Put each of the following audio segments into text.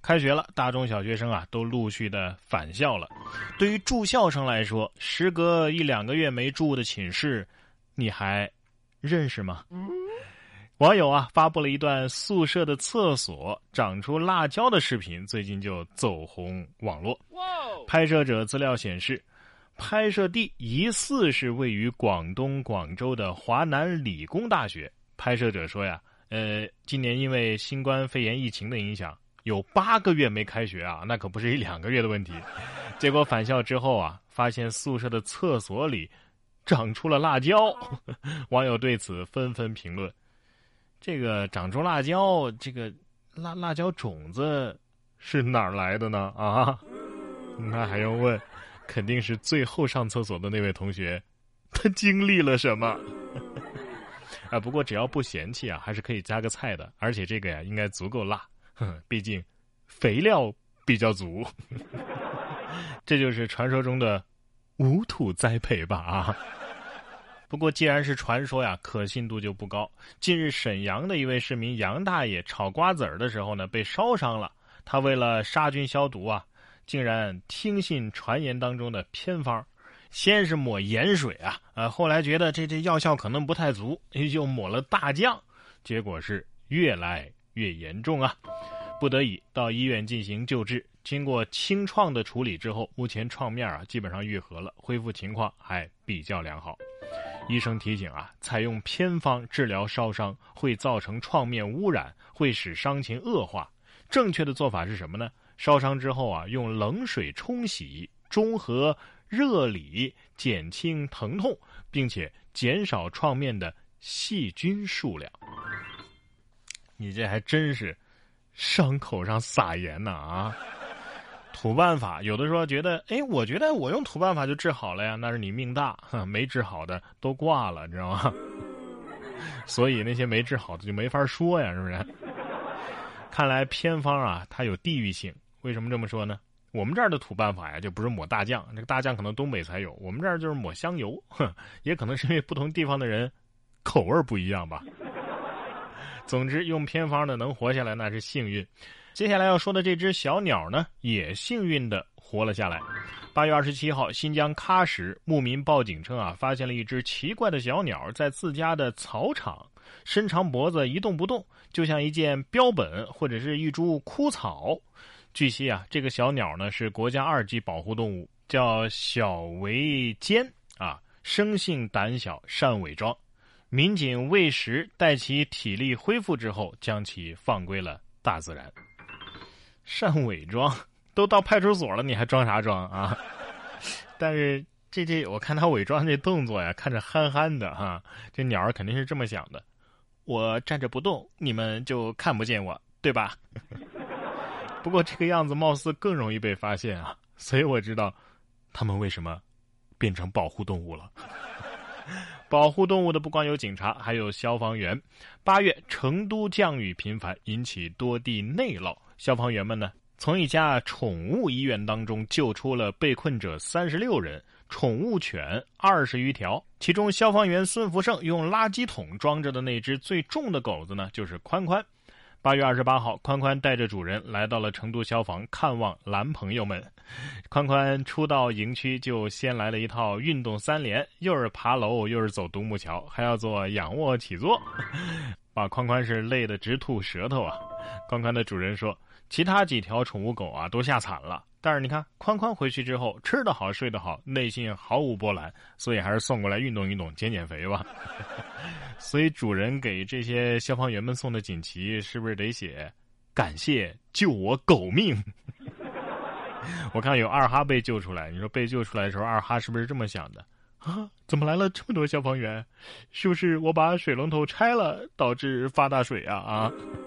开学了，大中小学生啊都陆续的返校了。对于住校生来说，时隔1-2个月没住的寝室，你还认识吗？网友啊发布了一段宿舍的厕所长出辣椒的视频，最近就走红网络。拍摄者资料显示，拍摄地疑似是位于广东广州的华南理工大学。拍摄者说呀，今年因为新冠肺炎疫情的影响，有8个月没开学啊，那可不是1-2个月的问题。结果返校之后啊，发现宿舍的厕所里长出了辣椒。网友对此纷纷评论，这个长出辣椒，这个辣椒种子是哪儿来的呢？啊，那还用问？肯定是最后上厕所的那位同学，他经历了什么？啊，不过只要不嫌弃啊，还是可以加个菜的，而且这个呀应该足够辣，毕竟肥料比较足。这就是传说中的无土栽培吧啊。不过既然是传说呀，可信度就不高。近日沈阳的一位市民杨大爷炒瓜子儿的时候呢，被烧伤了。他为了杀菌消毒啊，竟然听信传言当中的偏方，先是抹盐水啊，后来觉得这药效可能不太足，又抹了大酱，结果是越来越严重啊。不得已到医院进行救治，经过清创的处理之后，目前创面啊基本上愈合了，恢复情况还比较良好。医生提醒啊，采用偏方治疗烧伤会造成创面污染，会使伤情恶化。正确的做法是什么呢？烧伤之后啊，用冷水冲洗，中和热理，减轻疼痛，并且减少创面的细菌数量。你这还真是伤口上撒盐呢啊！土办法，有的说觉得，我觉得我用土办法就治好了呀，那是你命大，没治好的都挂了，知道吗？所以那些没治好的就没法说呀，是不是？看来偏方啊，它有地域性。为什么这么说呢？我们这儿的土办法呀，就不是抹大酱，这个大酱可能东北才有，我们这儿就是抹香油，也可能是因为不同地方的人口味不一样吧。总之，用偏方的能活下来那是幸运。接下来要说的这只小鸟呢，也幸运的活了下来。8月27号，新疆喀什牧民报警称啊，发现了一只奇怪的小鸟在自家的草场，伸长脖子一动不动，就像一件标本或者是一株枯草。据悉啊，这个小鸟呢是国家2级保护动物，叫小维坚啊，生性胆小，善伪装。民警喂食，待其体力恢复之后，将其放归了大自然。善伪装，都到派出所了，你还装啥装啊？但是这我看他伪装这动作呀，看着憨憨的哈，这鸟儿肯定是这么想的：我站着不动，你们就看不见我，对吧？不过这个样子貌似更容易被发现啊，所以我知道他们为什么变成保护动物了。保护动物的不光有警察，还有消防员。8月，成都降雨频繁，引起多地内涝。消防员们呢，从一家宠物医院当中救出了被困者36人，宠物犬20余条。其中，消防员孙福胜用垃圾桶装着的那只最重的狗子呢，就是宽宽。8月28号，宽宽带着主人来到了成都消防看望蓝朋友们。宽宽初到营区就先来了一套运动3连，又是爬楼，又是走独木桥，还要做仰卧起坐，把宽宽是累得直吐舌头啊。宽宽的主人说，其他几条宠物狗啊都吓惨了，但是你看宽宽回去之后吃得好睡得好，内心毫无波澜，所以还是送过来运动运动减减肥吧。所以主人给这些消防员们送的锦旗是不是得写感谢救我狗命？我看有二哈被救出来，你说被救出来的时候二哈是不是这么想的啊？怎么来了这么多消防员？是不是我把水龙头拆了导致发大水啊？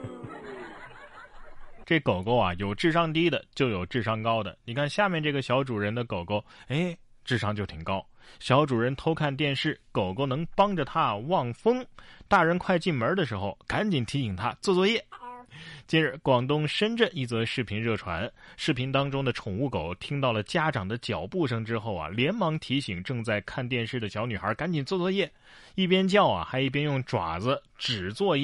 这狗狗啊，有智商低的就有智商高的。你看下面这个小主人的狗狗，智商就挺高。小主人偷看电视，狗狗能帮着他望风，大人快进门的时候赶紧提醒他做作业。近日，广东深圳一则视频热传，视频当中的宠物狗听到了家长的脚步声之后啊，连忙提醒正在看电视的小女孩赶紧做作业，一边叫啊，还一边用爪子指作业。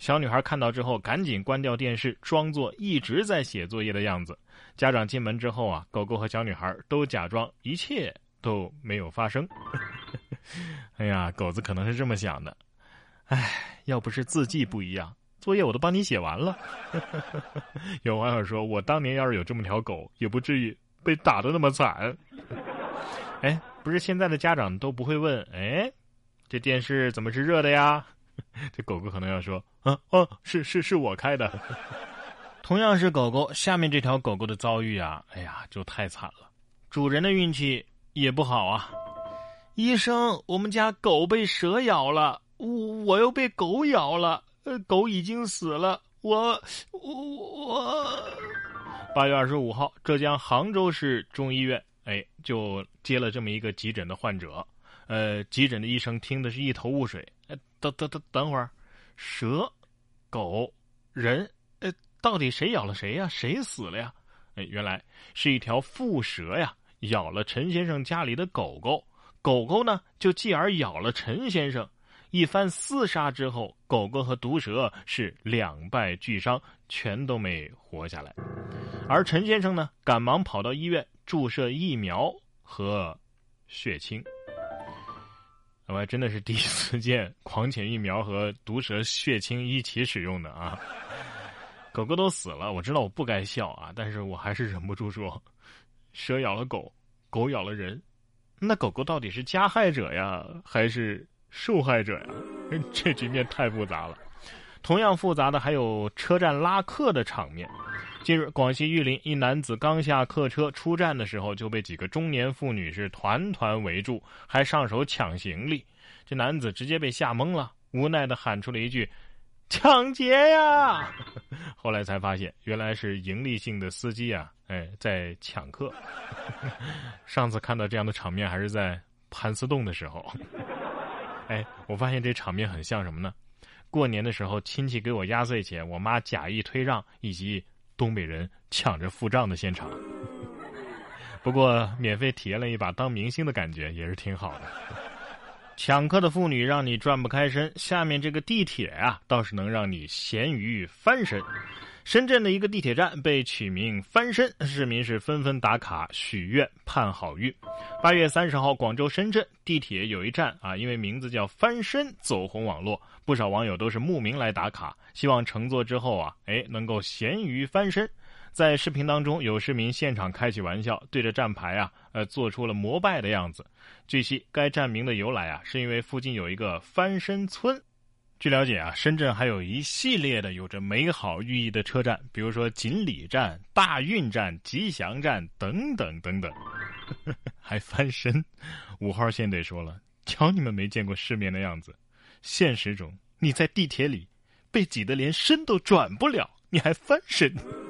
小女孩看到之后赶紧关掉电视，装作一直在写作业的样子。家长进门之后啊，狗狗和小女孩都假装一切都没有发生。哎呀，狗子可能是这么想的，要不是字迹不一样，作业我都帮你写完了。有网友说，我当年要是有这么条狗，也不至于被打得那么惨。不是现在的家长都不会问，这电视怎么是热的呀？这狗狗可能要说，是我开的。同样是狗狗，下面这条狗狗的遭遇啊，就太惨了。主人的运气也不好啊。医生，我们家狗被蛇咬了，我又被狗咬了，狗已经死了，我。8月25号，浙江杭州市中医院，就接了这么一个急诊的患者。急诊的医生听的是一头雾水。等会儿，蛇、狗、人，到底谁咬了谁呀？谁死了呀？原来是一条蝮蛇呀，咬了陈先生家里的狗狗。狗狗呢，就继而咬了陈先生。一番厮杀之后，狗狗和毒蛇是两败俱伤，全都没活下来。而陈先生呢，赶忙跑到医院注射疫苗和血清。我还真的是第一次见狂犬疫苗和毒蛇血清一起使用的啊！狗狗都死了，我知道我不该笑啊，但是我还是忍不住说，蛇咬了狗，狗咬了人，那狗狗到底是加害者呀，还是受害者呀？这局面太复杂了。同样复杂的还有车站拉客的场面。近日，广西玉林一男子刚下客车出站的时候，就被几个中年妇女是团团围住，还上手抢行李。这男子直接被吓懵了，无奈地喊出了一句：“抢劫呀！”后来才发现，原来是盈利性的司机啊，在抢客。上次看到这样的场面还是在盘丝洞的时候。我发现这场面很像什么呢？过年的时候，亲戚给我压岁钱，我妈假意推让，以及东北人抢着付账的现场。不过免费体验了一把当明星的感觉，也是挺好的。抢客的妇女让你转不开身，下面这个地铁啊，倒是能让你咸鱼翻身。深圳的一个地铁站被取名翻身，市民是纷纷打卡许愿盼好运。8月30号，广州深圳地铁有一站啊，因为名字叫翻身走红网络，不少网友都是慕名来打卡，希望乘坐之后啊，能够咸鱼翻身。在视频当中，有市民现场开起玩笑，对着站牌啊，做出了膜拜的样子。据悉，该站名的由来啊，是因为附近有一个翻身村。据了解啊，深圳还有一系列的有着美好寓意的车站，比如说锦里站、大运站、吉祥站等等等等。还翻身，5号线得说了，瞧你们没见过世面的样子。现实中，你在地铁里被挤得连身都转不了，你还翻身。